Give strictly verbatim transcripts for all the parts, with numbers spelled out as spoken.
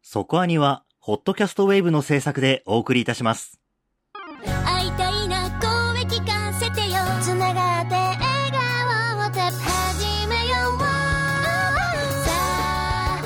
そこアニは、ホットキャストウェーブの制作でお送りいたします。 会いたいな、声聞かせてよ。つながって笑顔をた始めよう。さあ、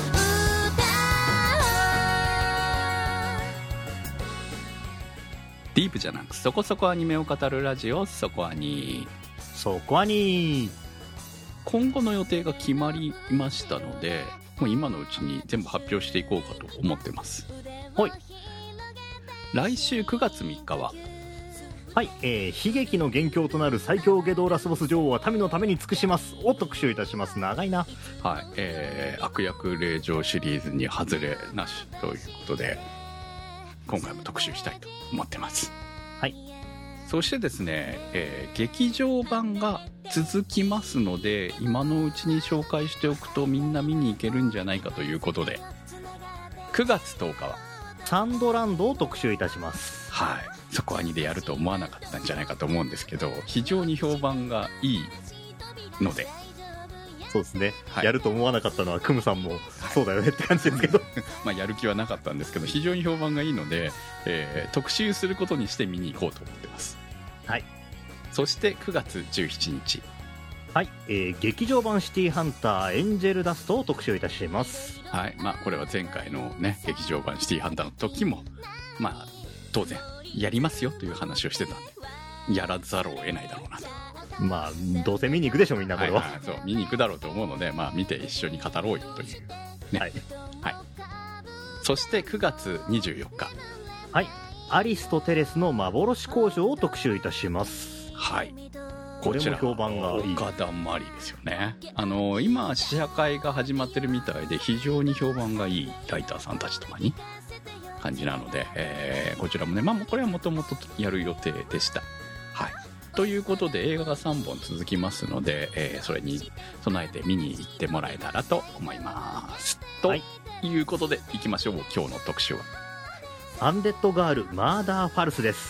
歌おう。 ディープじゃなくそこそこアニメを語るラジオ、そこアニ。 そこアニ。 今後の予定が決まりましたので、もう今のうちに全部発表していこうかと思ってます。 はい。 来週くがつみっかは、 はい、えー、悲劇の元凶となる最強ゲドーラスボス女王は民のために尽くしますを特集いたします。長いな。 はい、えー、悪役令嬢シリーズに外れなしということで、今回も特集したいと思ってます。 はい。 そしてですね、えー、劇場版が続きますので、今のうちに紹介しておくとみんな見に行けるんじゃないかということで、くがつとおかはサンドランドを特集いたします。 はい、そこアニでやると思わなかったんじゃないかと思うんですけど、非常に評判がいいので。 そうですね、 はい、 やると思わなかったのはクムさんもそうだよねって感じですけどまあやる気はなかったんですけど、非常に評判がいいので、えー、特集することにして見に行こうと思ってます。 はい。 そしてくがつじゅうしちにち、 はい、えー、劇場版シティハンターエンジェルダストを特集いたします。 はい、まあこれは前回のね劇場版シティハンターの時もまあ当然やりますよという話をしてたんで、やらざるを得ないだろうなと。 まあどうせ見に行くでしょみんなこれは、 はいはい、そう見に行くだろうと思うので、まあ見て一緒に語ろうよというね。はい、はい、そしてくがつにじゅうよっか、 はい、アリスとテレスの幻工場を特集いたします。 はい、 これも評判がいい。 岡田まりですよね。あの今試写会が始まってるみたいで、非常に評判がいいライターさんたちとかに感じなので、えー、こちらもね、まあこれはもともとやる予定でした。はい、ということで映画がさんぼん続きますので、えー、それに備えて見に行ってもらえたらと思います。ということでいきましょう。今日の特集はアンデッドガールマーダーファルスです。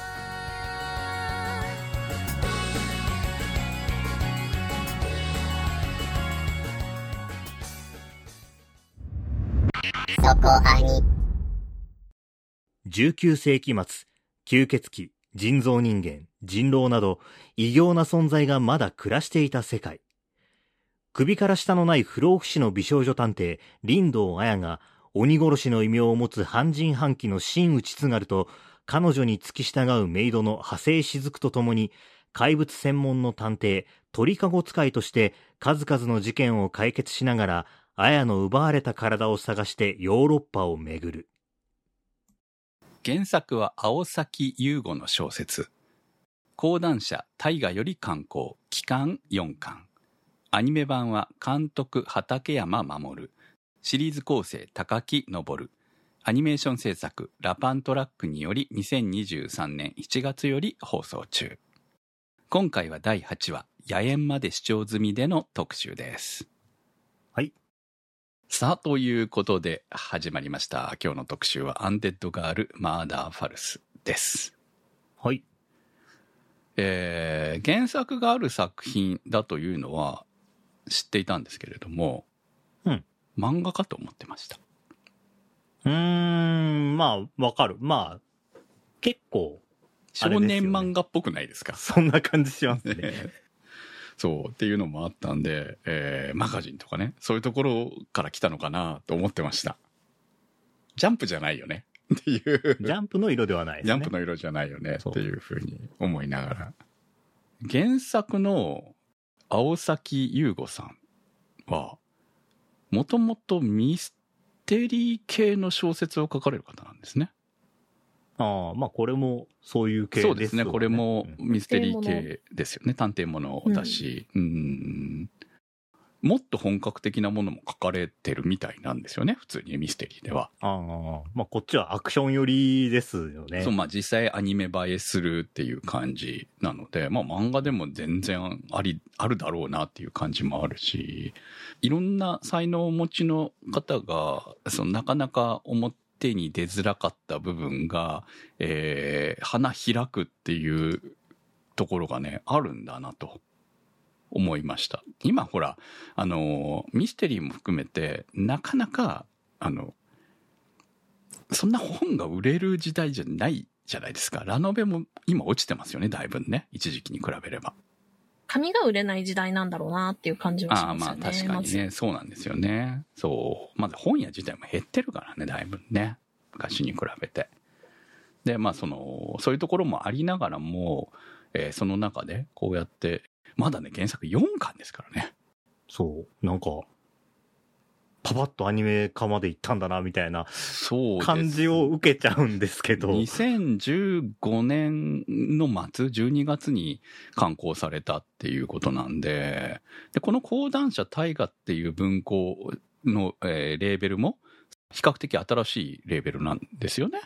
そこアニ。 じゅうきゅうせいき末、吸血鬼、人造人間、人狼など異形な存在がまだ暮らしていた世界。首から下のない不老不死の美少女探偵林道綾が鬼殺しの異名を持つ半人半鬼の真打津軽と彼女に付き従うメイドの派生雫と共に怪物専門の探偵鳥籠使いとして数々の事件を解決しながら綾の奪われた体を探してヨーロッパを巡る。 原作は青崎優吾の小説。講談社大河より刊行、期間よんかん。アニメ版は監督畠山守、シリーズ構成高木昇、アニメーション制作ラパントラックによりにせんにじゅうさんねんしちがつより放送中。今回はだいはちわ、野猿まで視聴済みでの特集です。 はい。 さあ、ということで始まりました。今日の特集はアンデッドガールマーダーファルスです。 はい。 えー、原作がある作品だというのは知っていたんですけれども、 うん。 漫画かと思ってました。 うーん、まあ、わかる。まあ、結構、 少年漫画っぽくないですか？ そんな感じしますね。 そうっていうのもあったんで、えー、マガジンとかね、そういうところから来たのかなと思ってました。ジャンプじゃないよねっていう。 ジャンプの色ではないですね。 ジャンプの色じゃないよねっていうふうに思いながら。原作の青崎優吾さんは、もともとミステリー系の小説を書かれる方なんですね。 ああ、まあこれもそういう系ですよね。 そうですね。これもミステリー系ですよね。探偵ものだし、うん、うんもっと本格的なものも書かれてるみたいなんですよね。普通にミステリーでは。 ああ、まあこっちはアクション寄りですよね。 そう、まあ実際アニメ映えするっていう感じなので、まあ漫画でも全然あり、あるだろうなっていう感じもあるし、いろんな才能をお持ちの方が、そのなかなか思って手に出づらかった部分が、えー、花開くっていうところがねあるんだなと思いました。今ほらあのミステリーも含めてなかなかあのそんな本が売れる時代じゃないじゃないですか。ラノベも今落ちてますよね、だいぶね。一時期に比べれば。 紙が売れない時代なんだろうなっていう感じはしますよね。 ああ、まあ確かにね、そうなんですよね。そう。まず本屋自体も減ってるからね、だいぶね。昔に比べて。で、まあその、そういうところもありながらも、えー、その中でこうやって、まだね、原作よんかんですからね。 そう。なんか、パパッとアニメ化まで行ったんだな、みたいな感じを受けちゃうんですけど。 にせんじゅうごねんの末、じゅうにがつに刊行されたっていうことなんで、でこの講談社大河っていう文庫の、えー、レーベルも比較的新しいレーベルなんですよね。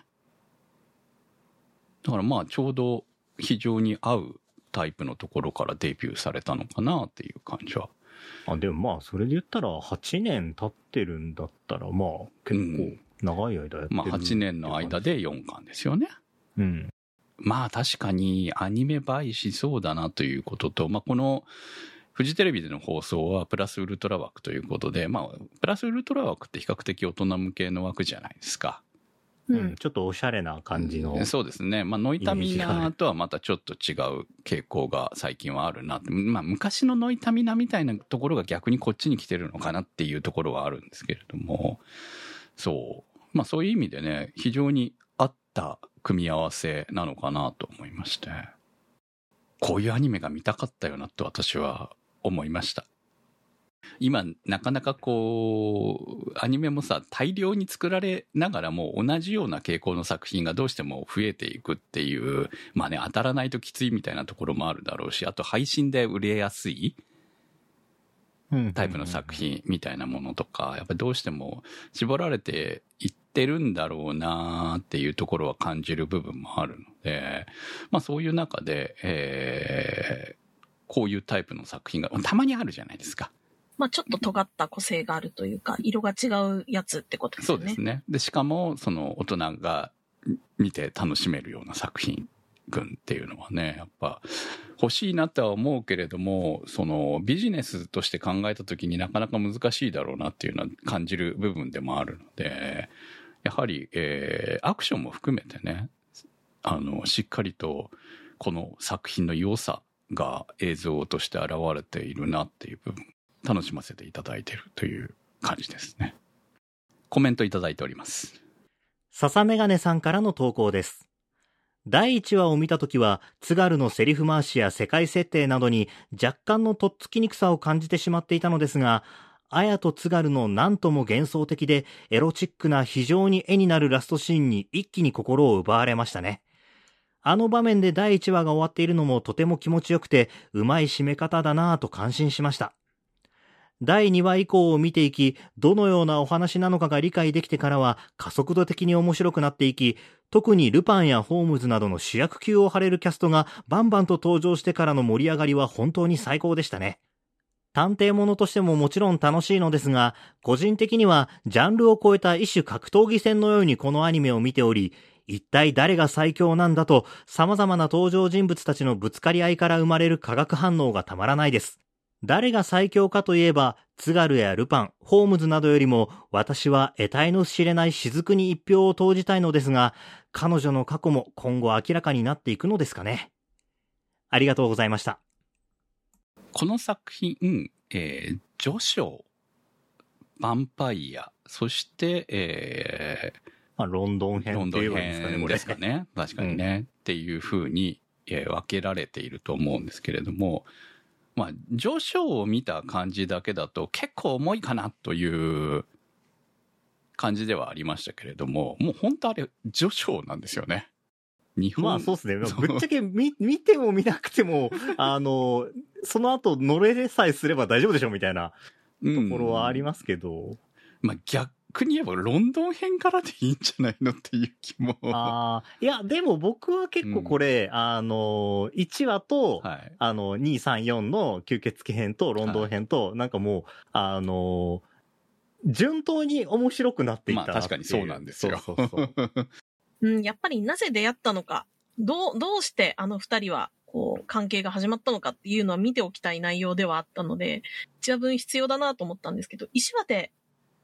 だからまあちょうど非常に合うタイプのところからデビューされたのかなっていう感じは。 あ、でもまあそれで言ったらはちねん経ってるんだったらまあ結構長い間やってる、 うん、まあはちねんの間でよんかんですよね。 うん。 まあ確かにアニメ映えしそうだなということと、まあこのフジテレビでの放送はプラスウルトラ枠ということで、まあプラスウルトラ枠って比較的大人向けの枠じゃないですか。 うん、ちょっとおしゃれな感じの、 うん、そうですね。まあノイタミナとはまたちょっと違う傾向が最近はあるなって、まあ昔のノイタミナみたいなところが逆にこっちに来てるのかなっていうところはあるんですけれども、そうまあそういう意味でね、非常に合った組み合わせなのかなと思いまして、こういうアニメが見たかったよなと私は思いました。今なかなかこうアニメもさ大量に作られながらも同じような傾向の作品がどうしても増えていくっていう、まあね、当たらないときついみたいなところもあるだろうし、あと配信で売れやすいタイプの作品みたいなものとか、やっぱりどうしても絞られていってるんだろうなっていうところは感じる部分もあるので、まあそういう中で、えー、こういうタイプの作品がたまにあるじゃないですか。 まあちょっと尖った個性があるというか、色が違うやつってことですよね。 そうですね。で、しかも、その大人が見て楽しめるような作品群っていうのはね、やっぱ欲しいなとは思うけれども、そのビジネスとして考えた時になかなか難しいだろうなっていうのは感じる部分でもあるので、やはり、えー、アクションも含めてね、あの、しっかりとこの作品の良さが映像として現れているなっていう部分、楽しませていただいているという感じですね。コメントいただいております。 笹メガネさんからの投稿です。だいいちわを見たときは、津軽のセリフ回しや世界設定などに若干のとっつきにくさを感じてしまっていたのですが、綾と津軽の何とも幻想的でエロチックな非常に絵になるラストシーンに一気に心を奪われましたね。あの場面でだいいちわが終わっているのもとても気持ちよくて、うまい締め方だなぁと感心しました。だいにわ以降を見ていき、どのようなお話なのかが理解できてからは加速度的に面白くなっていき、特にルパンやホームズなどの主役級を張れるキャストがバンバンと登場してからの盛り上がりは本当に最高でしたね。探偵ものとしてももちろん楽しいのですが、個人的にはジャンルを超えた一種格闘技戦のようにこのアニメを見ており、一体誰が最強なんだと様々な登場人物たちのぶつかり合いから生まれる化学反応がたまらないです。誰が最強かといえば、津軽やルパン、ホームズなどよりも、私は得体の知れない雫に一票を投じたいのですが、彼女の過去も今後明らかになっていくのですかね。ありがとうございました。 この作品、えー、序章、ヴァンパイア、そして、えーまあ、ロンドン編っていうですかね、これ。 ですかね。確かにね、うん。っていう風に、えー、分けられていると思うんですけれども、まあ、序章を見た感じだけだと結構重いかなという感じではありましたけれども、もう本当あれ序章なんですよね。日本まあそうですね。ぶっちゃけ見見ても見なくてもあのその後乗れさえすれば大丈夫でしょみたいなところはありますけど、うん、 まあ逆に言えばロンドン編からでいいんじゃないのっていう気も。 ああ、いやでも僕は結構これ、うん、あのいちわと、はい、あのに、さん、よんの吸血鬼編とロンドン編と、はい、なんかもうあの順当に面白くなっていったっていう。 まあ確かにそうなんですよ。 そうそうそううん、やっぱりなぜ出会ったのか、どう、どうしてあの二人は、こう、関係が始まったのかっていうのは見ておきたい内容ではあったので、一話分必要だなと思ったんですけど、一話で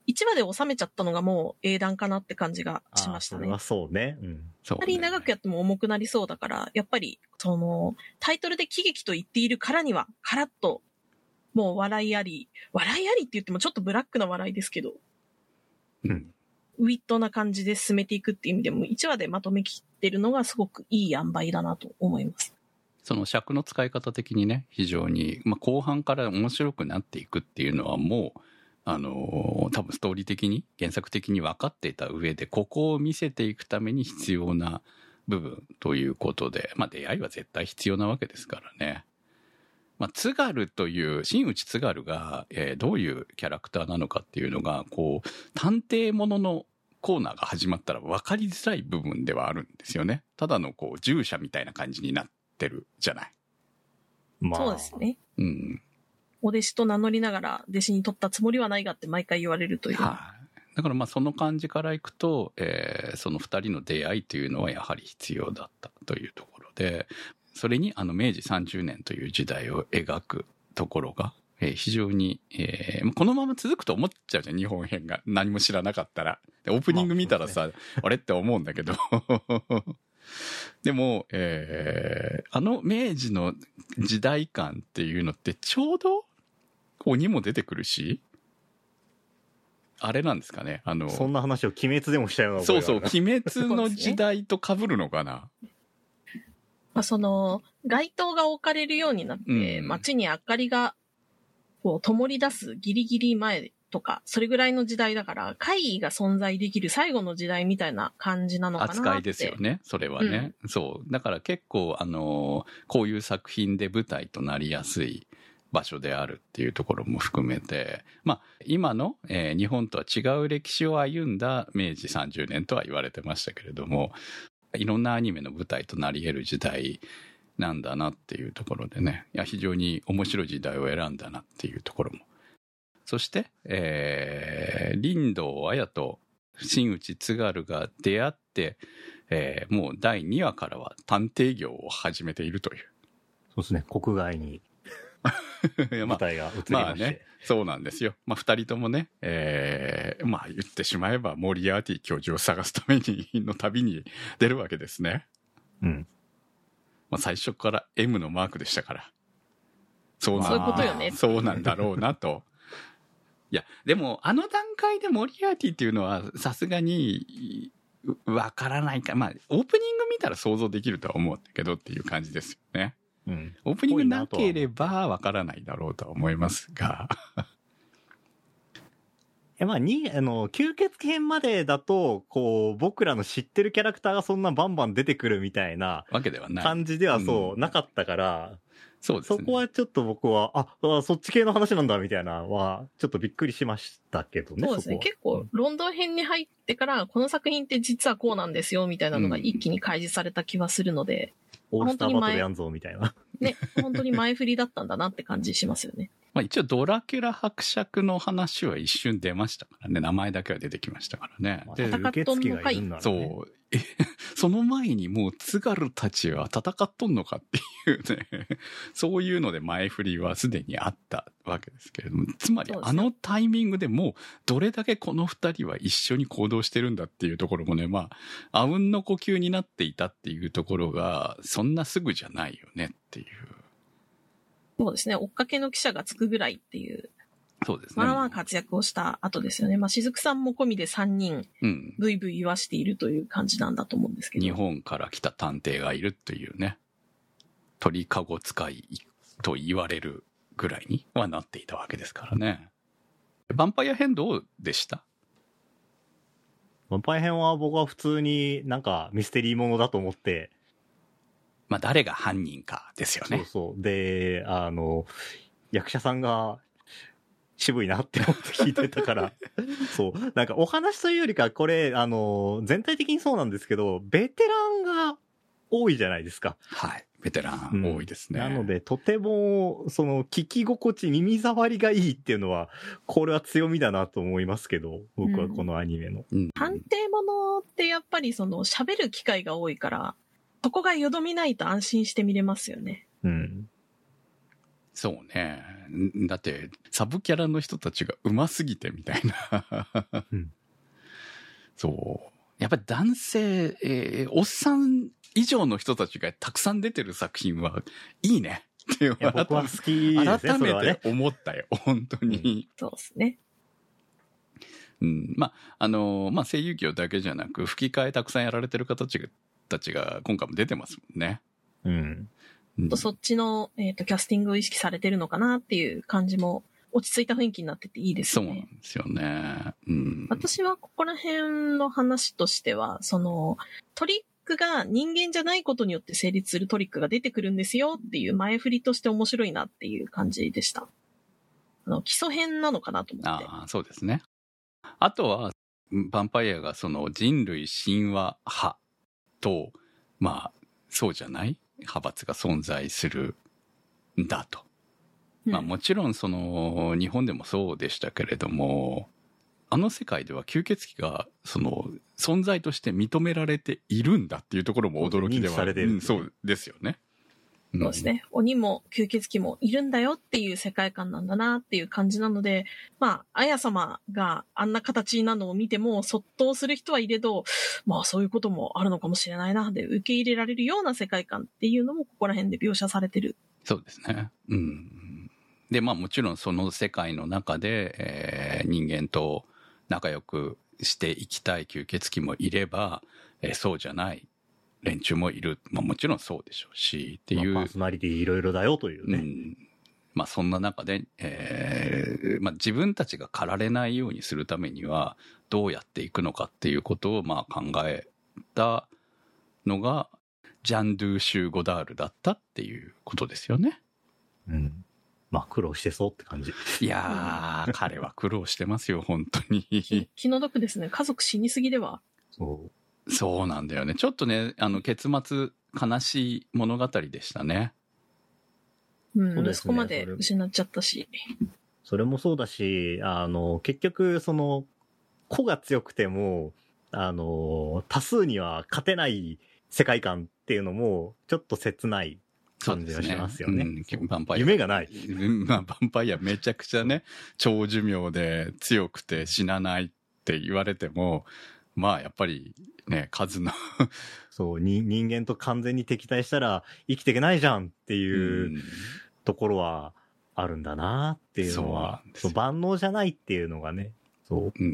いちわで収めちゃったのがもう英断かなって感じがしましたね。 あそれはそうね。うん。 そうね。 あまり長くやっても重くなりそうだから、やっぱり、その、タイトルで喜劇と言っているからには、カラッと、もう笑いあり、笑いありって言ってもちょっとブラックな笑いですけど、 うん。 ウィットな感じで進めていくっていう意味でも、いちわでまとめきってるのがすごくいい塩梅だなと思います。 その尺の使い方的にね、非常に、まあ、後半から面白くなっていくっていうのはもう、あのー、多分ストーリー的に、原作的に分かっていた上で、ここを見せていくために必要な部分ということで、まあ、出会いは絶対必要なわけですからね。まあ、津軽という、新内津軽が、えー、どういうキャラクターなのかっていうのが、こう、探偵もののコーナーが始まったら分かりづらい部分ではあるんですよね。ただのこう、従者みたいな感じになってるじゃない。 まあ、 そうですね。 うん。 お弟子と名乗りながら弟子に取ったつもりはないがって毎回言われるという。 はい。だからまあその感じからいくと、えー、その二人の出会いというのはやはり必要だったというところで、それにあの明治さんじゅうねんという時代を描くところが、えー、非常に、えー、このまま続くと思っちゃうじゃん、日本編が。何も知らなかったら。でオープニング見たらさ、まあ、あれって思うんだけど。でも、えー、あの明治の時代感っていうのってちょうど鬼も出てくるし、あれなんですかね、あのそんな話を鬼滅でもしたような。 そうそう、鬼滅の時代と被るのかな。 まあ、その街灯が置かれるようになって、うん、街に明かりがこう灯り出すギリギリ前とか、それぐらいの時代だから、怪異が存在できる最後の時代みたいな感じなのかなって。 扱いですよね、それはね。うん、そう。だから結構、あの、こういう作品で舞台となりやすい場所であるっていうところも含めて、まあ、今の、えー、日本とは違う歴史を歩んだ明治さんじゅうねんとは言われてましたけれども、いろんなアニメの舞台となり得る時代なんだなっていうところでね、いや非常に面白い時代を選んだなっていうところも。そして、えー、林道綾と新内津軽が出会って、えー、もうだいにわからは探偵業を始めているという。 そうですね、国外に舞台が移りまして。まあね、 そうなんですよ。まあ二人ともね、えー、まあ言ってしまえばモリアーティ教授を探すためにの旅に出るわけですね。 うん。 まあ最初から エム のマークでしたから。そうそういうことよね。 そうなんだろうなと。いや、でもあの段階でモリアーティっていうのはさすがにわからないか。まあオープニング見たら想像できるとは思うんだけどっていう感じですよね。うん、オープニングなければわからないだろうとは思いますがいやまあにあの吸血鬼編までだとこう僕らの知ってるキャラクターがそんなバンバン出てくるみたいなわけではない感じではそう、うん、なかったから、 そうですね、 そこはちょっと僕はああそっち系の話なんだみたいなはちょっとびっくりしましたけどね。 そうですね、結構ロンドン編に入ってからこの作品って実はこうなんですよみたいなのが一気に開示された気はするので、 うん、オールスターバトルやんぞみたいなね、本当に前振りだったんだなって感じしますよね。 まあ一応ドラキュラ伯爵の話は一瞬出ましたからね。名前だけは出てきましたからね。 で、受付がいるんだね。 そう。え、その前にもう津軽たちは戦っとんのかっていうね。そういうので前振りはすでにあったわけですけれども。つまりあのタイミングでもうどれだけこの二人は一緒に行動してるんだっていうところもね、まあ、あうんの呼吸になっていたっていうところが、そんなすぐじゃないよねっていう。 そうですね。追っかけの記者がつくぐらいっていう。 そうですね。 まあまあ活躍をした後ですよね。まあ、雫さんも込みでさんにん、ブイブイ言わしているという感じなんだと思うんですけど。 日本から来た探偵がいるというね。鳥かご使いと言われるぐらいにはなっていたわけですからね。ヴァンパイア編どうでした？ ヴァンパイア編は僕は普通になんかミステリーものだと思って、 まあ誰が犯人かですよね。 そうそう。で、あの、役者さんが渋いなって思って聞いてたから、そう。なんかお話というよりか、これ、あの、全体的にそうなんですけど、ベテランが多いじゃないですか。 はい。ベテラン多いですね。 うん、なので、とても、その、聞き心地、耳障りがいいっていうのは、これは強みだなと思いますけど、僕はこのアニメの。 うん、探偵ものってやっぱりその、喋る機会が多いから、そこがよどみないと安心して見れますよね。 うん。 そうね。だってサブキャラの人たちが上手すぎてみたいな、うん、そうやっぱり男性、えー、おっさん以上の人たちがたくさん出てる作品はいいねっていう、 僕は好きですね。 改めて思ったよ、ね、本当に、 うん、そうですね。 うん、まああのまあ声優業だけじゃなく吹き替えたくさんやられてる方たちが今回も出てますもんね。 うん。 うん、 そっちの、えーと、キャスティングを意識されてるのかなっていう感じも落ち着いた雰囲気になってていいですね。 そうなんですよね。うん、 私はここら辺の話としては、そのトリックが人間じゃないことによって成立するトリックが出てくるんですよっていう前振りとして面白いなっていう感じでした。あの基礎編なのかなと思って。 ああ、そうですね。あとはヴァンパイアがその人類神話派とまあそうじゃない派閥が存在するんだと、うん、まあもちろんその日本でもそうでしたけれども、あの世界では吸血鬼がその存在として認められているんだっていうところも驚きではある、うん、そうですよね。 そうですね。鬼も吸血鬼もいるんだよっていう世界観なんだなっていう感じなので、まあ、綾様があんな形なのを見ても、そっとする人はいれど、まあそういうこともあるのかもしれないな、で受け入れられるような世界観っていうのもここら辺で描写されてる。 そうですね。うん。で、まあもちろんその世界の中で、えー、人間と仲良くしていきたい吸血鬼もいれば、えー、そうじゃない連中もいる、まあ、もちろんそうでしょうしっていう、 まあ、パーソナリティいろいろだよというね、うん、 まあそんな中で、えーまあ、自分たちが駆られないようにするためにはどうやっていくのかっていうことをまあ考えたのがジャン・ドゥ・シュー・ゴダールだったっていうことですよね。 うん、まあ苦労してそうって感じ。 いやー彼は苦労してますよ本当に。 気の毒ですね。家族死にすぎでは。 そうそうなんだよね。ちょっとね、あの結末悲しい物語でしたね。 うん、ね、息子まで失っちゃったし。 それもそうだし、あの結局その個が強くてもあの多数には勝てない世界観っていうのもちょっと切ない感じがしますよね。 うん、ヴァンパイア夢がない。 まあ、ヴァンパイアめちゃくちゃね長寿命で強くて死なないって言われても。まあやっぱりね数のそうに人間と完全に敵対したら生きていけないじゃんっていうところはあるんだなっていうのは、そう万能じゃないっていうのがね、そう、うん、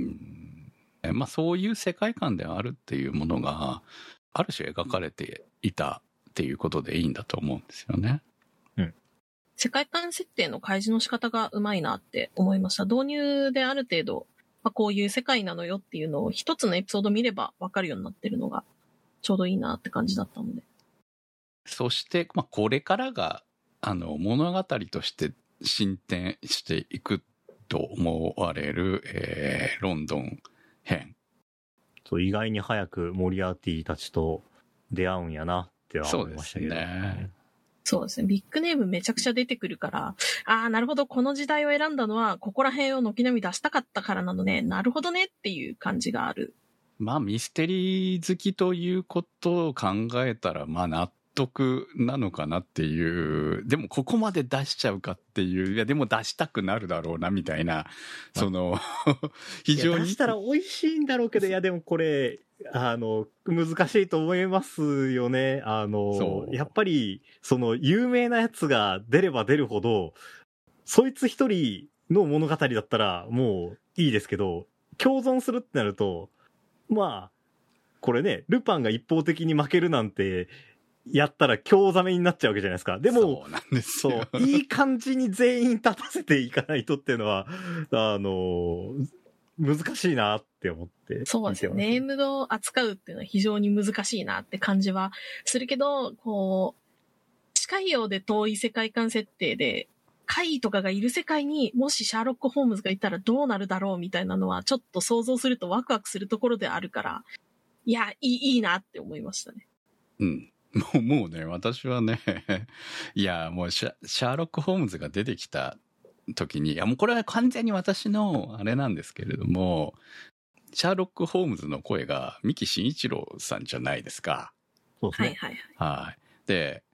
まあそういう世界観であるっていうものがある種描かれていたっていうことでいいんだと思うんですよね。 うん。世界観設定の開示の仕方がうまいなって思いました。導入である程度まあ、こういう世界なのよっていうのを一つのエピソード見れば分かるようになってるのがちょうどいいなって感じだったので。 そして、まあ、これからがあの物語として進展していくと思われる、えー、ロンドン編。 そう意外に早くモリアーティたちと出会うんやなっては思いましたけど、ね。そうですね。 そうですね。ビッグネームめちゃくちゃ出てくるから、ああ、なるほど、この時代を選んだのは、ここら辺を軒並み出したかったからなのね、なるほどねっていう感じがある。 まあ、ミステリー好きということを考えたら、まあ、納得なのかなっていう、でもここまで出しちゃうかっていう、いや、でも出したくなるだろうな、みたいな、その、非常に。 出したら美味しいんだろうけど、いや、でもこれ、あの、難しいと思いますよね。あの、やっぱり、その、有名なやつが出れば出るほど、そいつ一人の物語だったら、もういいですけど、共存するってなると、まあ、これね、ルパンが一方的に負けるなんて、やったら興ざめになっちゃうわけじゃないですか。でも、 そうなんですよ。 そう、いい感じに全員立たせていかないとっていうのは、あの、難しいなって思って。 そうですよね。ネームドを扱うっていうのは非常に難しいなって感じはするけど、こう、近いようで遠い世界観設定で、怪異とかがいる世界にもしシャーロック・ホームズがいたらどうなるだろうみたいなのはちょっと想像するとワクワクするところであるから、いや、いい、いいなって思いましたね。 うん。もう、もうね、私はね、いや、もうシャ、シャーロック・ホームズが出てきた時に、いや、もうこれは完全に私のあれなんですけれども、シャーロック・ホームズの声が三木慎一郎さんじゃないですか。 そうですね。 はいはいはい。はい。で、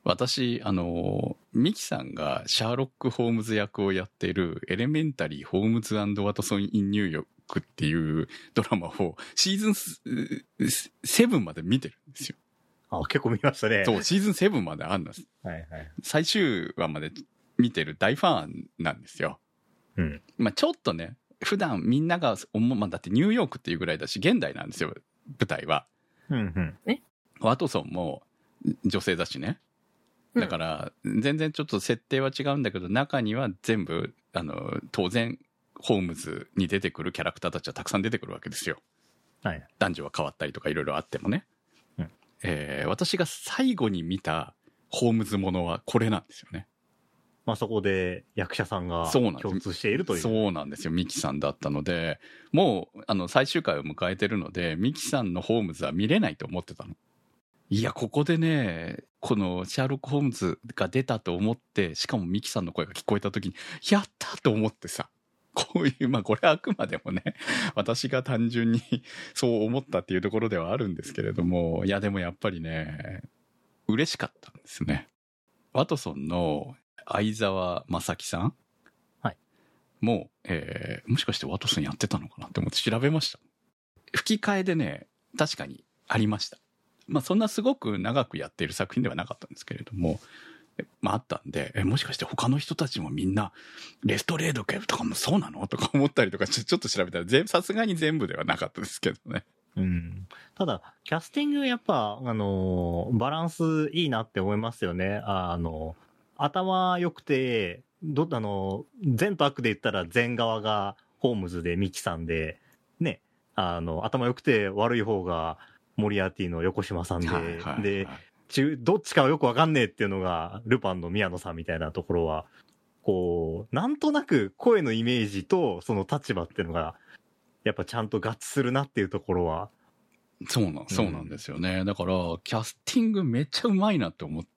私、あの、ミキさんがシャーロック・ホームズ役をやっているエレメンタリー・ホームズ&ワトソン・イン・ニューヨークっていうドラマをシーズンセブンまで見てるんですよ。 あ、結構見ましたね。 そう、シーズンセブンまであんです。 はいはい。 最終話まで見てる大ファンなんですよ。 うん。 まあちょっとね、普段みんなが思う、まあだってニューヨークっていうぐらいだし、現代なんですよ、舞台は。 うんうん。 えワトソンも女性だしね。だから、全然ちょっと設定は違うんだけど、中には全部、あの、当然、ホームズに出てくるキャラクターたちはたくさん出てくるわけですよ。 はい。 男女は変わったりとかいろいろあってもね。 うん。 えー、私が最後に見たホームズものはこれなんですよね。 まあそこで役者さんが共通しているという。 そうなんですよ。ミキさんだったので、もう、あの、最終回を迎えてるので、ミキさんのホームズは見れないと思ってたの。いや、ここでね、このシャーロック・ホームズが出たと思って、しかもミキさんの声が聞こえた時に、やったと思ってさ、こういう、まあこれはあくまでもね、私が単純にそう思ったっていうところではあるんですけれども、いやでもやっぱりね、嬉しかったんですね。ワトソンの相沢正樹さん、 はい、 もう、えー、もしかしてワトソンやってたのかなって思って調べました。吹き替えでね、確かにありました。まあそんなすごく長くやっている作品ではなかったんですけれども、まああったんで、え、もしかして他の人たちもみんなレストレード系とかもそうなのとか思ったりとかちょ、ちょっと調べたら全さすがに全部ではなかったですけどね。 うん。ただ、キャスティングやっぱ、あの、バランスいいなって思いますよね。あの、頭良くて、ど、あの、善と悪で言ったら善側がホームズでミキさんで、ね、あの、頭良くて悪い方がモリアーティの横島さんで、はいはいはい、で、中、どっちかはよくわかんねえっていうのが、ルパンの宮野さんみたいなところは、こう、なんとなく声のイメージとその立場っていうのが、やっぱちゃんと合致するなっていうところは。 そうなん、そうなんですよね。うん、だから、キャスティングめっちゃうまいなって思って、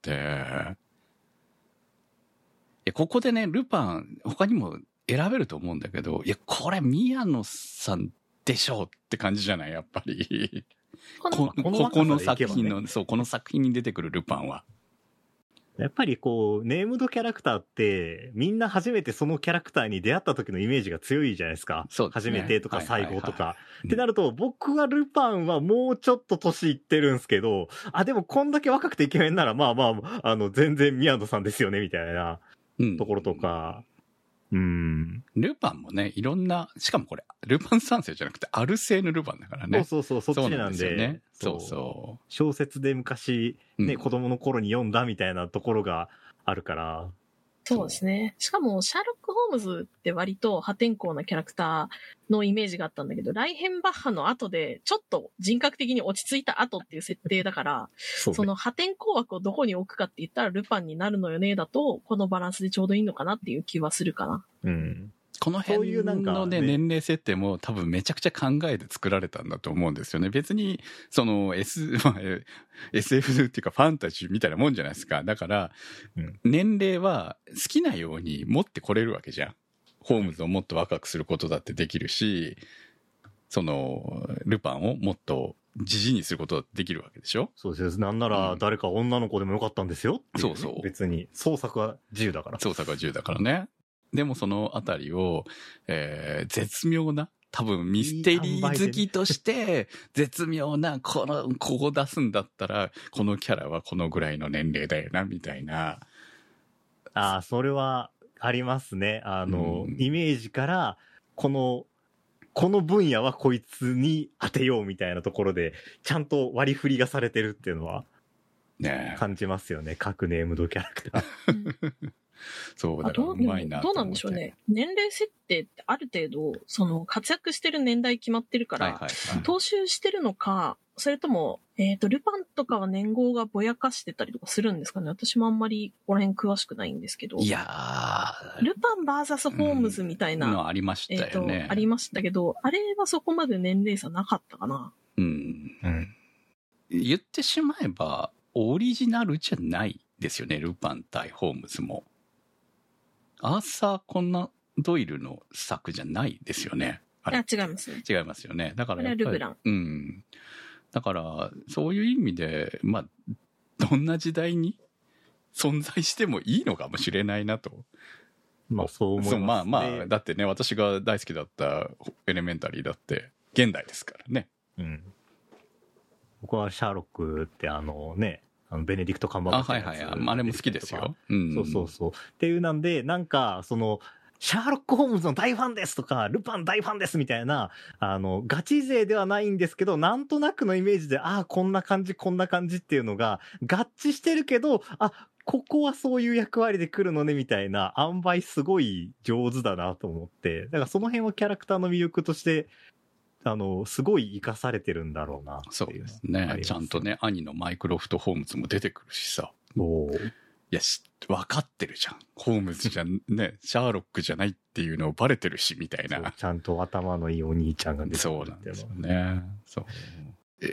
いや、ここでね、ルパン、他にも選べると思うんだけど、いや、これ宮野さんでしょうって感じじゃないやっぱり。この、このここの作品の、ね、そう、この作品に出てくるルパンは。 やっぱりこう、ネームドキャラクターって、みんな初めてそのキャラクターに出会った時のイメージが強いじゃないですか。 そうですね。 初めてとか最後とか。はいはいはい、ってなると、僕はルパンはもうちょっと年いってるんですけど、あ、でもこんだけ若くてイケメンなら、まあまあ、あの、全然宮野さんですよね、みたいなところとか。うん。うんルパンもね、いろんな、しかもこれ、ルパン三世じゃなくて、アルセーヌルパンだからね。 そうそうそう、そっちなんで。 そうなんですよね。そうそう。 小説で昔、ね、 うん、 子供の頃に読んだみたいなところがあるから。 そうですね。しかも、シャーロック・ホームズって割と破天荒なキャラクターのイメージがあったんだけど、ライヘンバッハの後で、ちょっと人格的に落ち着いた後っていう設定だから、そ, ね、その破天荒枠をどこに置くかって言ったらルパンになるのよね、だと、このバランスでちょうどいいのかなっていう気はするかな。 うん。 この辺のね、年齢設定も多分めちゃくちゃ考えて作られたんだと思うんですよね。別に、その S、まあ、エスエフ っていうかファンタジーみたいなもんじゃないですか。だから、年齢は好きなように持ってこれるわけじゃん。ホームズをもっと若くすることだってできるし、その、ルパンをもっとジジにすることだってできるわけでしょ？ そうです。なんなら誰か女の子でもよかったんですよ、 うん、そうそう。 別に、創作は自由だから。 創作は自由だからね。でもそのあたりを、えー、絶妙な、多分ミステリー好きとして、絶妙な、この、ここ出すんだったら、このキャラはこのぐらいの年齢だよな、みたいな。 ああ、それはありますね。あの、うん、イメージから、この、この分野はこいつに当てようみたいなところで、ちゃんと割り振りがされてるっていうのは、ね、感じますよね。各ネームドキャラクター。 そうだからうまいなと思って。 どうなんでしょうね。年齢設定ってある程度、その活躍してる年代決まってるから、はいはいはい、踏襲してるのか、それとも、えっと、ルパンとかは年号がぼやかしてたりとかするんですかね。私もあんまりここら辺詳しくないんですけど。 いやー。ルパン ブイエス ホームズみたいな、 うん、のありましたよね、 えーと。ありましたけど、あれはそこまで年齢差なかったかな。 うん。うん、言ってしまえば、オリジナルじゃないですよね、ルパン対ホームズも。アーサー・コナン・ドイルの作じゃないですよね。 あれ。違いますね。 違いますよね。だからやっぱり。 あれはルブラン。 うん。だから、そういう意味で、まあ、どんな時代に存在してもいいのかもしれないなと。 まあそう思いますね。 そうまあまあだってね、私が大好きだったエレメンタリーだって現代ですからね。 うん。僕はシャーロックってあのね、あのベネディクトカンバーバッチのやつ、 あはいはい、あれも好きですよ。うん、 そうそうそう。っていうなんで、なんかそのシャーロック・ホームズの大ファンですとか、ルパン大ファンですみたいな、あの、ガチ勢ではないんですけど、なんとなくのイメージで、ああ、こんな感じ、こんな感じっていうのが、合致してるけど、あ、ここはそういう役割で来るのね、みたいな、塩梅すごい上手だなと思って、だからその辺はキャラクターの魅力として、あの、すごい活かされてるんだろうなっていう。 そうですね。ちゃんとね、兄のマイクロフト・ホームズも出てくるしさ。 おー。 いや、分かってるじゃん。ホームズじゃね、シャーロックじゃないっていうのをバレてるし、みたいな。 ちゃんと頭のいいお兄ちゃんが出てくるっていうの。 そうなんですよね。そう。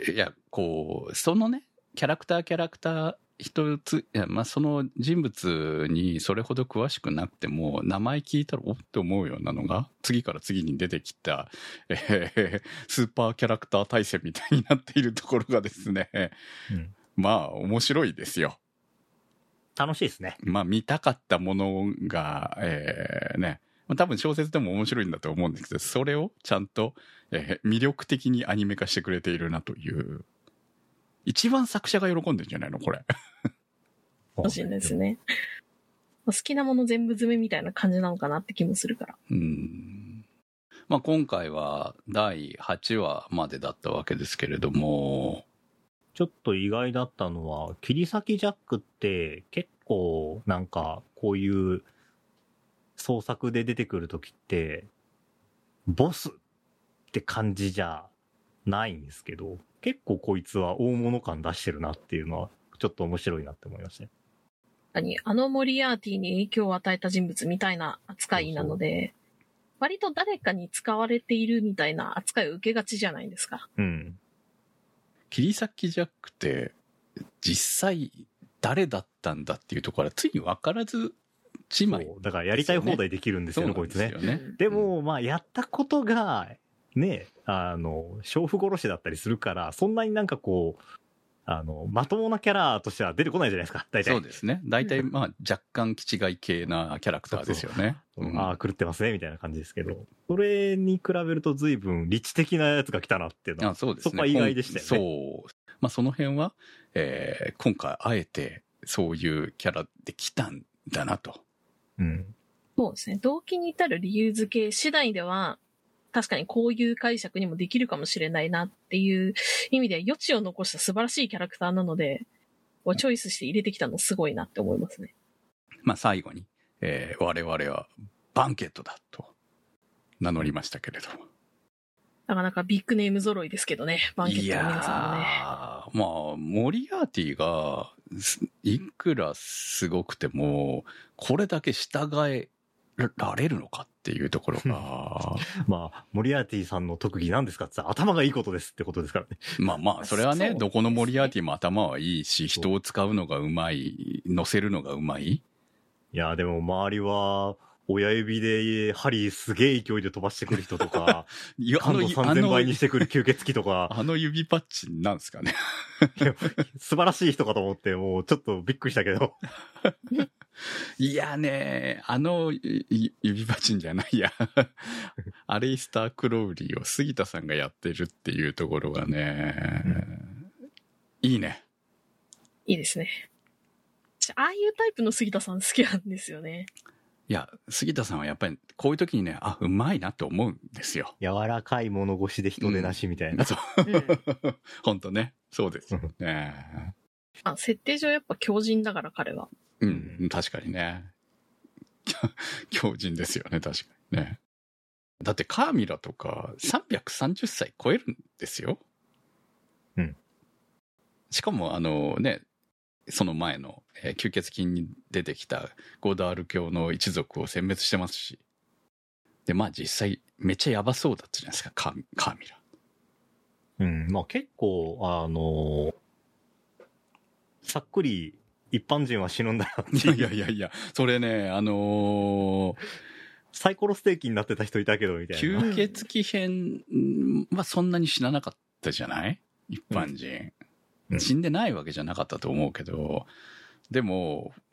いや、こう、そのね、キャラクターキャラクター一つ、いや、まあ、その人物にそれほど詳しくなくても、名前聞いたらおって思うようなのが、次から次に出てきた、えー、スーパーキャラクター対戦みたいになっているところがですね、うん、まあ、面白いですよ。 楽しいですね。 まあ見たかったものが、えー、ね、多分小説でも面白いんだと思うんですけど、それをちゃんと、えー、魅力的にアニメ化してくれているなという。一番作者が喜んでるんじゃないのこれ。 楽しいですね。好きなもの全部詰めみたいな感じなのかなって気もするから。 うん。まあ今回はだいはちわまでだったわけですけれども、 ちょっと意外だったのは、切り裂きジャックって結構なんかこういう創作で出てくるときって、ボスって感じじゃないんですけど、結構こいつは大物感出してるなっていうのはちょっと面白いなって思いましたね。 何あのモリアーティに影響を与えた人物みたいな扱いなので、そうそう割と誰かに使われているみたいな扱いを受けがちじゃないですか。 うん。 切り裂きジャックって実際誰だったんだっていうところはついに分からずじまい、ね、 だからやりたい放題できるんですよね、こいつね。 ねでも、まあやったことがね、あの娼婦殺しだったりするから、そんなになんかこうあのまともなキャラとしては出てこないじゃないですか、大体。 そうですね。大体まあ若干気違い系なキャラクターですよね。 そうそう、うん、ああ狂ってますねみたいな感じですけど、それに比べると随分理知的なやつが来たなっていうのは、あ、そうですね、そこは意外でしたよね。 そう。まあその辺は、えー、今回あえてそういうキャラで来たんだなと。 うん。 そうですね。動機に至る理由付け次第では、確かにこういう解釈にもできるかもしれないなっていう意味で余地を残した素晴らしいキャラクターなので、チョイスして入れてきたのすごいなって思いますね。 まあ最後に、えー、我々はバンケットだと名乗りましたけれども。 なかなかビッグネーム揃いですけどね、バンケットの皆さんもね。いやまあ、モリアーティがいくらすごくても、これだけ従えられるのかっていうところが。 まあ、モリアーティさんの特技なんですかって言ったら頭がいいことですってことですからね。 まあまあ、それはね、どこのモリアーティも頭はいいし、人を使うのがうまい、乗せるのがうまい。いや、でも周りは、親指で針すげえ勢いで飛ばしてくる人とか、感度さんぜんばいにしてくる吸血鬼とか。 あの指パッチンなんですかね。 素晴らしい人かと思って、もうちょっとびっくりしたけど。 いやね、あの指パッチンじゃないや。アレイスター・クロウリーを杉田さんがやってるっていうところがね、うん、いいね。 いいですね。ああいうタイプの杉田さん好きなんですよね。 いや、杉田さんはやっぱりこういう時にね、あ、うまいなって思うんですよ。 柔らかい物腰で人でなしみたいな。 うん、そう。本当ね。そうですよね。 あ、設定上やっぱ強靭だから彼は。 うん、確かにね。強靭ですよね、確かにね。だってカーミラとかさんびゃくさんじゅっさい超えるんですよ。 うん。 しかもあのね、その前の、えー、吸血鬼に出てきたゴダール教の一族を殲滅してますし。で、まあ実際めっちゃヤバそうだったじゃないですか、カー、カーミラ。 うん、まあ結構、あのー、さっくり一般人は死ぬんだなっていう。 いやいやいや、それね、あのー、 サイコロステーキになってた人いたけど、みたいな。 吸血鬼編はそんなに死ななかったじゃない？一般人。うん、死んでないわけじゃなかったと思うけど、でも、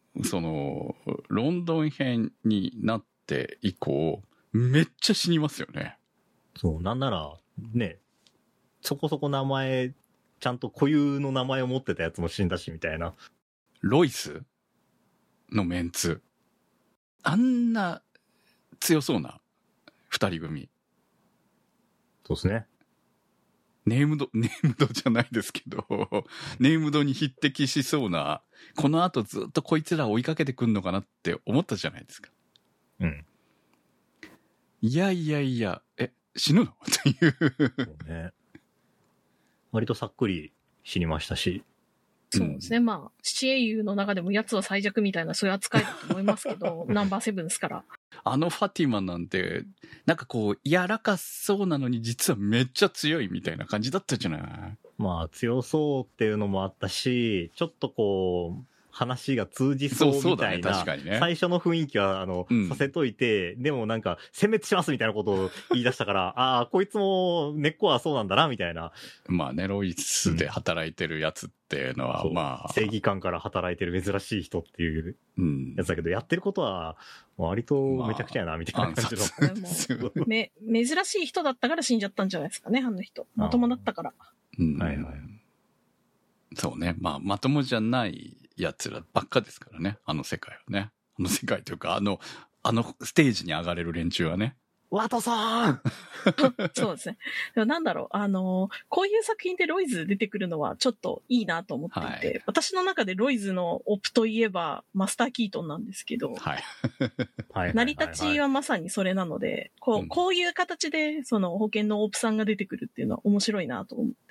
そのロンドン編になって以降めっちゃ死にますよね。 そうなんならねそこそこ名前ちゃんと固有の名前を持ってたやつも死んだしみたいな。 ロイスのメンツあんな強そうな二人組。 そうですね。 ネームド、ネームドじゃないですけど、ネームドに匹敵しそうな、この後ずっとこいつら追いかけてくんのかなって思ったじゃないですか。 うん。 いやいやいや、え、死ぬのっていう。 そうね。割とさっくり死にましたし。 そうですね。うん、まあ、七英雄の中でも奴は最弱みたいなそういう扱いだと思いますけど、ナンバーセブンですから。 あのファティマなんて、なんかこう、柔らかそうなのに実はめっちゃ強いみたいな感じだったじゃない。 まあ、強そうっていうのもあったし、ちょっとこう、話が通じそうみたいな、 そうそうだね、確かにね、 最初の雰囲気は、あの、うん、させといて、でもなんか、殲滅しますみたいなことを言い出したから、ああ、こいつも根っこはそうなんだな、みたいな。 まあね、ロイスで働いてるやつっていうのは、うん、まあ。 正義感から働いてる珍しい人っていうやつだけど、うん、やってることは、割とめちゃくちゃやな、みたいな感じの。 まあ、め、珍しい人だったから死んじゃったんじゃないですかね、あの人。まともだったから。 うん、はいはい。そうね。まあ、まともじゃないやつらばっかですからね。あの世界はね。あの世界というか、あの、あのステージに上がれる連中はね。 ワトさんそうですね。でもなんだろう、あの、こういう作品でロイズ出てくるのはちょっといいなと思っていて、はい、私の中でロイズのオプといえばマスター・キートンなんですけど、はい、成り立ちはまさにそれなので、こう、こういう形でその保険のオプさんが出てくるっていうのは面白いなと思って。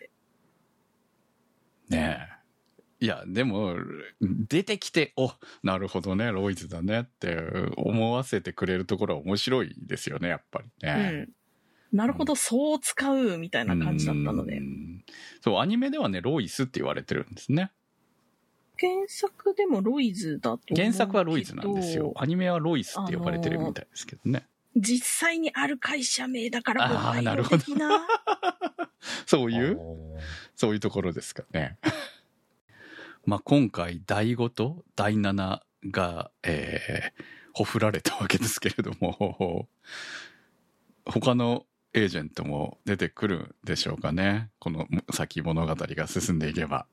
ねえ。いや、でも、出てきて、お、なるほどね、ロイズだねって思わせてくれるところは面白いですよね、やっぱりね。 うん。なるほど、うん、そう使うみたいな感じだったので。 そう、アニメではね、ロイスって言われてるんですね。 原作でもロイズだと思うけど。 原作はロイズなんですよ。アニメはロイスって呼ばれてるみたいですけどね。 実際にある会社名だから誤解的な。 なそういう、そういうところですかね。まあ、今回だいごとだいななが、えー、ほふられたわけですけれども、他のエージェントも出てくるでしょうかね。この先物語が進んでいけば。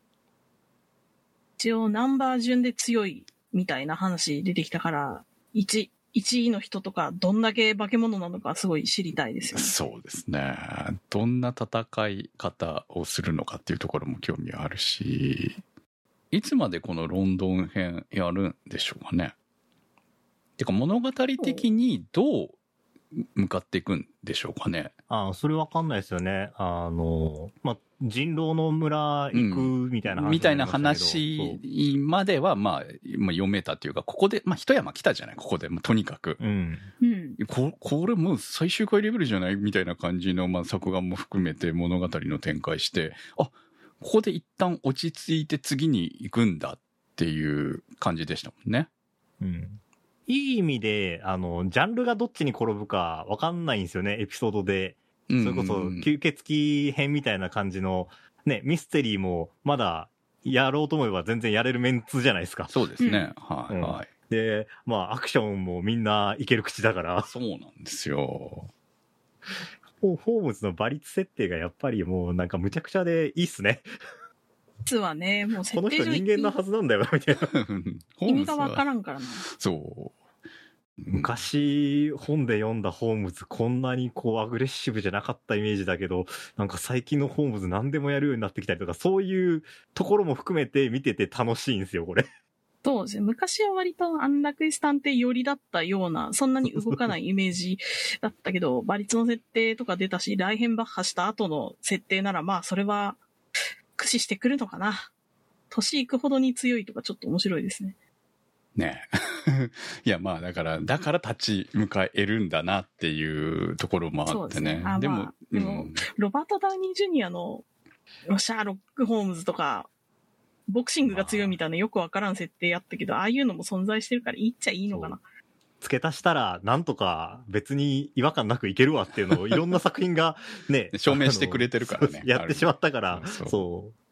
一応ナンバー順で強いみたいな話出てきたから、いち、いちいの人とかどんだけ化け物なのかすごい知りたいですよね。 そうですね。どんな戦い方をするのかっていうところも興味あるし、いつまでこのロンドン編やるんでしょうかね。てか物語的にどう向かっていくんでしょうかね。 ああ、それわかんないですよね。あの、まあ、人狼の村行くみたいな話、うん、 みたいな話までは、まあ、まあ、読めたというか、ここで、まあ、一山来たじゃない、ここで、まあ、とにかく。うん。こ、これもう最終回レベルじゃないみたいな感じの、まあ、作画も含めて物語の展開して、あ、ここで一旦落ち着いて次に行くんだっていう感じでしたもんね。 うん。いい意味で、あの、ジャンルがどっちに転ぶかわかんないんですよね、エピソードで。それこそ、吸血鬼編みたいな感じの、ね、ミステリーもまだやろうと思えば全然やれるメンツじゃないですか。 そうですね。うん、はい、はい。 で、まあ、アクションもみんないける口だから。 そうなんですよ。 ホームズの馬率設定がやっぱりもうなんかむちゃくちゃでいいっすね。 実はね、もう設定この人人間のはずなんだよ、みたいな。 意味がわからんからな。 そう。 昔本で読んだホームズこんなにこうアグレッシブじゃなかったイメージだけど、なんか最近のホームズ何でもやるようになってきたりとか、そういうところも含めて見てて楽しいんですよ、これ。 そうですね。昔は割と安楽椅子探偵寄りだったような、そんなに動かないイメージだったけど、馬率の設定とか出たし、ライヘンバッハした後の設定なら、まあそれは駆使してくるのかな。年いくほどに強いとかちょっと面白いですね。 ねえ。いや、まあだから、だから立ち向かえるんだなっていうところもあってね。で, ねでも、まあ、でも、うん、 ロバート・ダウニー・ジュニアのシャーロック・ホームズとか、ボクシングが強いみたいなよくわからん設定やったけど、ああいうのも存在してるからいいっちゃいいのかな。 付け足したら、なんとか別に違和感なくいけるわっていうのをいろんな作品がね。 証明してくれてるからね。 やってしまったから、そう。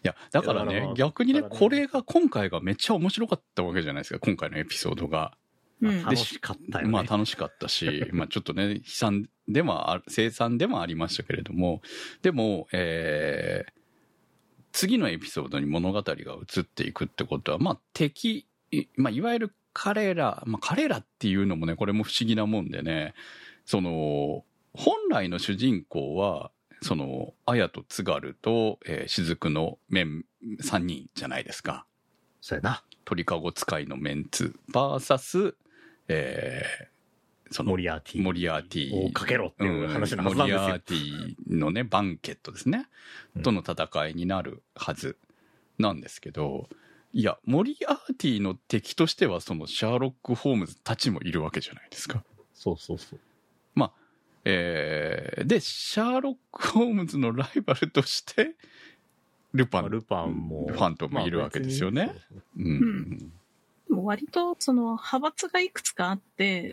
やだからね、 いやだから逆にねだからねこれが今回がめっちゃ面白かったわけじゃないですか、今回のエピソードが。 うん楽しかったよね。 まあ楽しかったしまあちょっとね悲惨でもある凄惨でもありましたけれども、でも、えー、次のエピソードに物語が移っていくってことは、まあ敵、まあ、いわゆる彼ら、まあ、彼らっていうのもねこれも不思議なもんでね、その本来の主人公はその綾と津軽と、えー、雫の面さんにんじゃないですか。 そうやな。 鳥かご使いのメンツ ブイエス、えー、そのモリアーティ。 モリアーティをかけろっていう話のはずなんですよ。 モリアーティのねバンケットですね、 うん、 との戦いになるはずなんですけど、いやモリアーティの敵としてはそのシャーロック・ホームズたちもいるわけじゃないですか。 そうそうそう。 まあえー、でシャーロック・ホームズのライバルとしてルパン、 まあ、ルパンもファントムもいるわけですよね。 まあそうそううんうんでも割とその派閥がいくつかあって、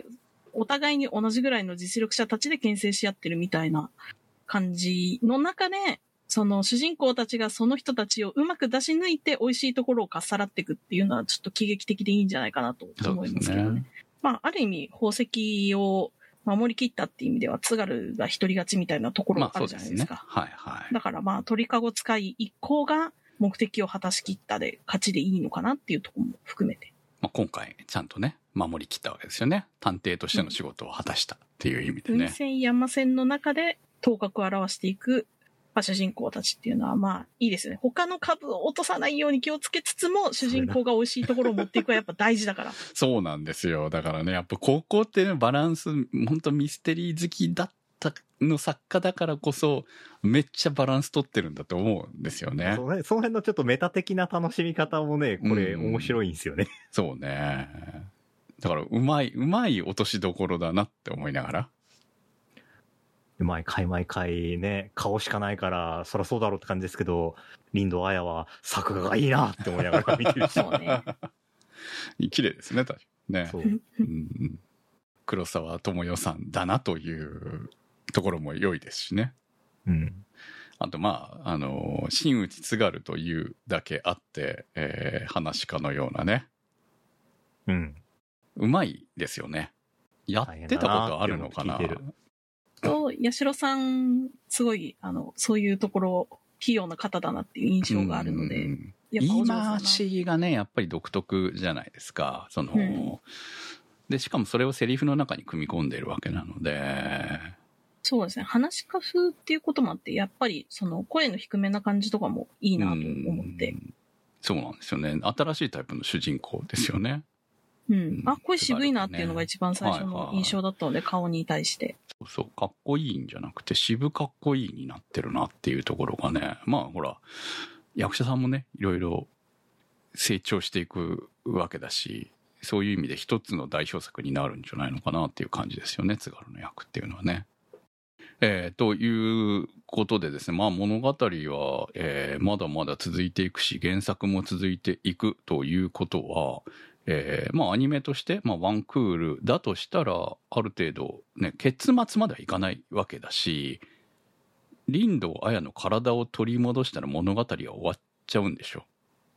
お互いに同じぐらいの実力者たちで牽制し合ってるみたいな感じの中で、その主人公たちがその人たちをうまく出し抜いて美味しいところをかっさらっていくっていうのはちょっと喜劇的でいいんじゃないかなと思いますけどね。 そうですね。 まあある意味宝石を守り切ったっていう意味では津軽が一人勝ちみたいなところがあるじゃないですか。 まあそうですね。はいはい。 だからまあ鳥かご使い一行が目的を果たし切ったで勝ちでいいのかなっていうところも含めて。 まあ、今回ちゃんとね守り切ったわけですよね。探偵としての仕事を果たしたっていう意味でね。 雲仙山線の中で頭角を現していく主人公たちっていうのはまあいいですね。他の株を落とさないように気をつけつつも主人公が美味しいところを持っていくはやっぱ大事だから。 そうなんですよ。だからねやっぱここってねバランス本当ミステリー好きだったの作家だからこそめっちゃバランス取ってるんだと思うんですよね。 そうね、その辺のちょっとメタ的な楽しみ方もね、これ面白いんですよね。 そうね。だからうまいうまい落としどころだなって思いながら。 うまい回毎回ね、顔しかないからそりゃそうだろうって感じですけど、林道綾は作画がいいなって思いながら見てるし。 そうね。 綺麗ですね確かにね。 そう。 うん黒沢智代さんだなというところも良いですしね。 うん。 あとまああの真打津軽というだけあって、えー、話家のようなね。 うん。 うまいですよね。やってたことあるのかな。 と八代さんすごいあのそういうところ器用な方だなっていう印象があるので、 うんやっぱ言いお上手だな回しがねやっぱり独特じゃないですか。その、 うんでしかもそれをセリフの中に組み込んでいるわけなので。 そうですね。話し家風っていうこともあって、やっぱりその声の低めな感じとかもいいなと思って。 うんそうなんですよね。新しいタイプの主人公ですよね。 うん。 うんあ、声渋いなっていうのが一番最初の印象だったので、顔に対して。 そうそう、かっこいいんじゃなくて渋かっこいいになってるなっていうところがね。まあほら、役者さんもね、いろいろ成長していくわけだし、そういう意味で一つの代表作になるんじゃないのかなっていう感じですよね、津軽の役っていうのはね。えー、ということでですね、まあ物語は、えー、まだまだ続いていくし、原作も続いていくということは、えー、まあアニメとして、まあワンクールだとしたら、ある程度ね、結末まではいかないわけだし、林道綾の体を取り戻したら物語は終わっちゃうんでしょ。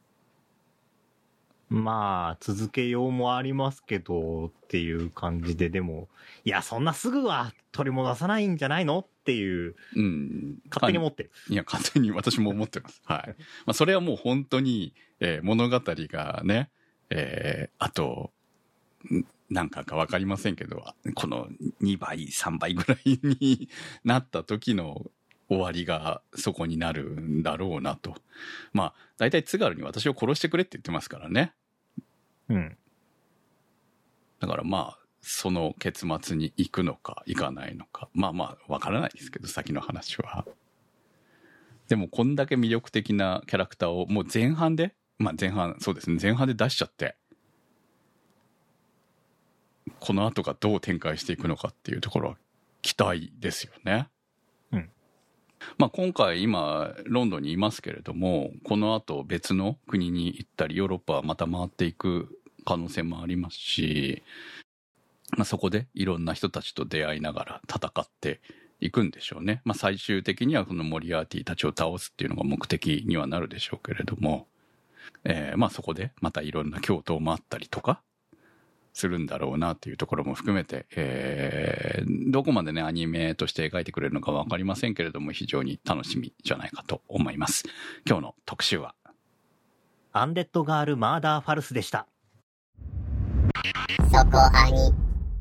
まあ、続けようもありますけどっていう感じで、でも、いや、そんなすぐは取り戻さないんじゃないのっていう、 うん、 勝手に思ってる。 いや、勝手に私も思ってます。はい。まあ、それはもう本当に、えー、物語がね、えー、あと、何巻かわかりませんけど、このにばい、さんばいぐらいになった時の終わりがそこになるんだろうなと。まあ、大体津軽に私を殺してくれって言ってますからね。 うん。 だからまあ、その結末に行くのか行かないのか。まあまあ、わからないですけど、先の話は。でも、こんだけ魅力的なキャラクターをもう前半で、まあ前半、そうですね、前半で出しちゃって、この後がどう展開していくのかっていうところは期待ですよね。 うん。 まあ今回今ロンドンにいますけれども、この後別の国に行ったりヨーロッパはまた回っていく可能性もありますし、まあ、そこでいろんな人たちと出会いながら戦っていくんでしょうね。まあ最終的にはこのモリアーティたちを倒すっていうのが目的にはなるでしょうけれども、えー、まあそこでまたいろんな共闘もあったりとかするんだろうなっていうところも含めて、えー、どこまでねアニメとして描いてくれるのかわかりませんけれども、非常に楽しみじゃないかと思います。今日の特集はアンデッドガールマーダーファルスでした。 そこアニ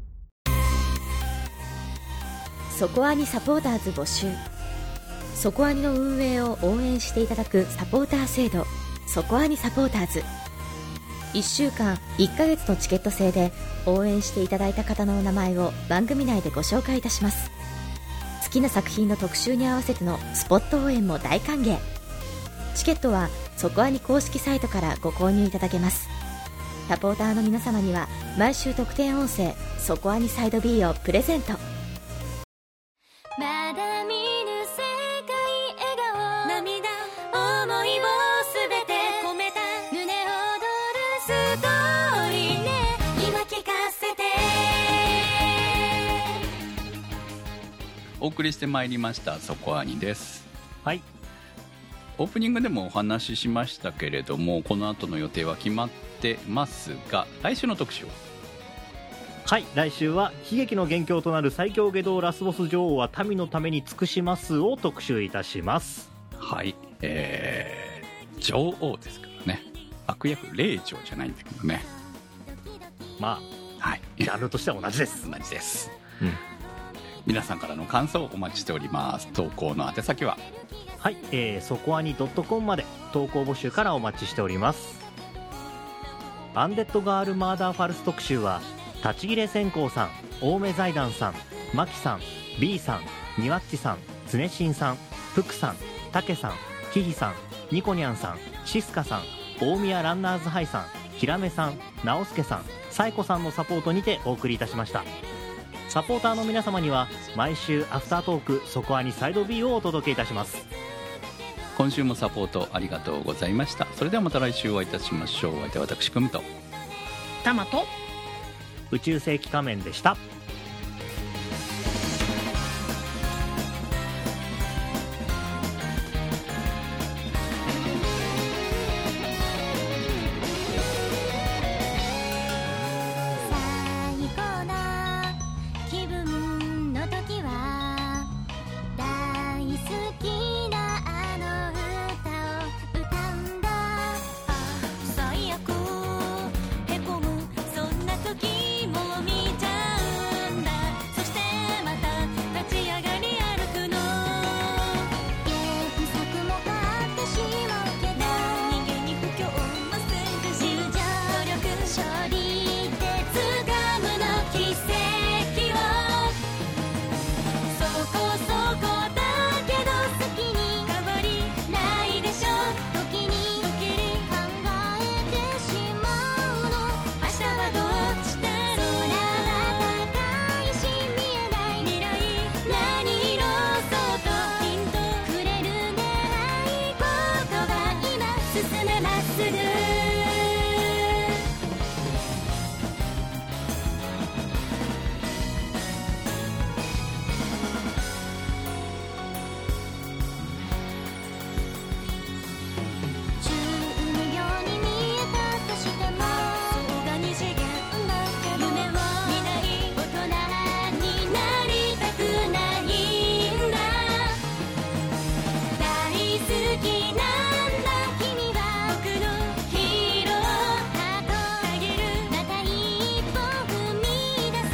そこアニサポーターズ募集。そこアニの運営を応援していただくサポーター制度、そこアニサポーターズ。いっしゅうかんいっかげつのチケット制で応援していただいた方のお名前を番組内でご紹介いたします。好きな作品の特集に合わせてのスポット応援も大歓迎。チケットはそこアニ公式サイトからご購入いただけます。サポーターの皆様には毎週特典音声そこアニサイド B をプレゼント。 まだ見ぬ世界笑顔涙思いをすべて込めた胸躍るストーリーね今聞かせて。 お送りしてまいりましたそこアニです。 はい、 オープニングでもお話ししましたけれども、この後の予定は決まってますが、来週の特集ははい、来週は悲劇の元凶となる最強外道ラスボス女王は民のために尽くしますを特集いたします。 はい、えー、女王ですからね。悪役霊女じゃないんだけどね。 まあ、はい、ジャンルとしては同じです同じです、 うん、 皆さんからの感想をお待ちしております。投稿の宛先ははい、えー、そこアニ .com まで投稿募集からお待ちしております。アンデッドガールマーダーファルス特集は立ち切れ線香さん、青梅財団さん、マキさん、 B さん、ニワッチさん、つねしんさん、フクさん、タケさん、キヒさん、ニコニャンさん、シスカさん、大宮ランナーズハイさん、ヒラメさん、ナオスケさん、サイコさんのサポートにてお送りいたしました。サポーターの皆様には毎週アフタートークそこアニサイド B をお届けいたします。 今週もサポートありがとうございました。それではまた来週お会いいたしましょう。お相手は私くむとタマと宇宙世紀仮面でした。 最高な気分の時は大好きなあの歌を歌うんだ。最悪へこむそんな時も見ちゃうんだ。そしてまた立ち上がり歩くの。原作も変わってしまうけど人間に不況の戦士友情努力勝利で掴むの奇跡を。そこそこだけど好きに変わりないでしょ。時に時に考えてしまうの。明日はどっちだろう。空は高いし見えない未来何色そうとヒントくれるね。合言葉今進めまっすぐ。じゅうにびょうに見えたとしてもそこが二次元だけど夢を見ない大人になりたくないんだ。大好きなんだ君は僕のヒーロー。ハートあげるまた一歩踏み出そう。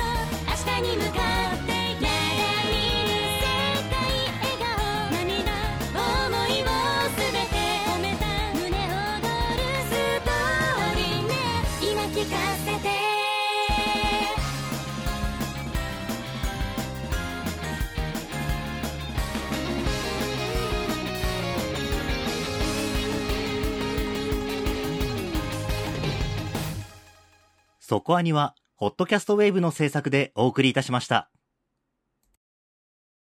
明日に向かってまだ見ぬ世界笑顔涙思いをすべて込めた胸躍るストーリーね今聞かせて。 そこアニはホットキャストウェーブの制作でお送りいたしました。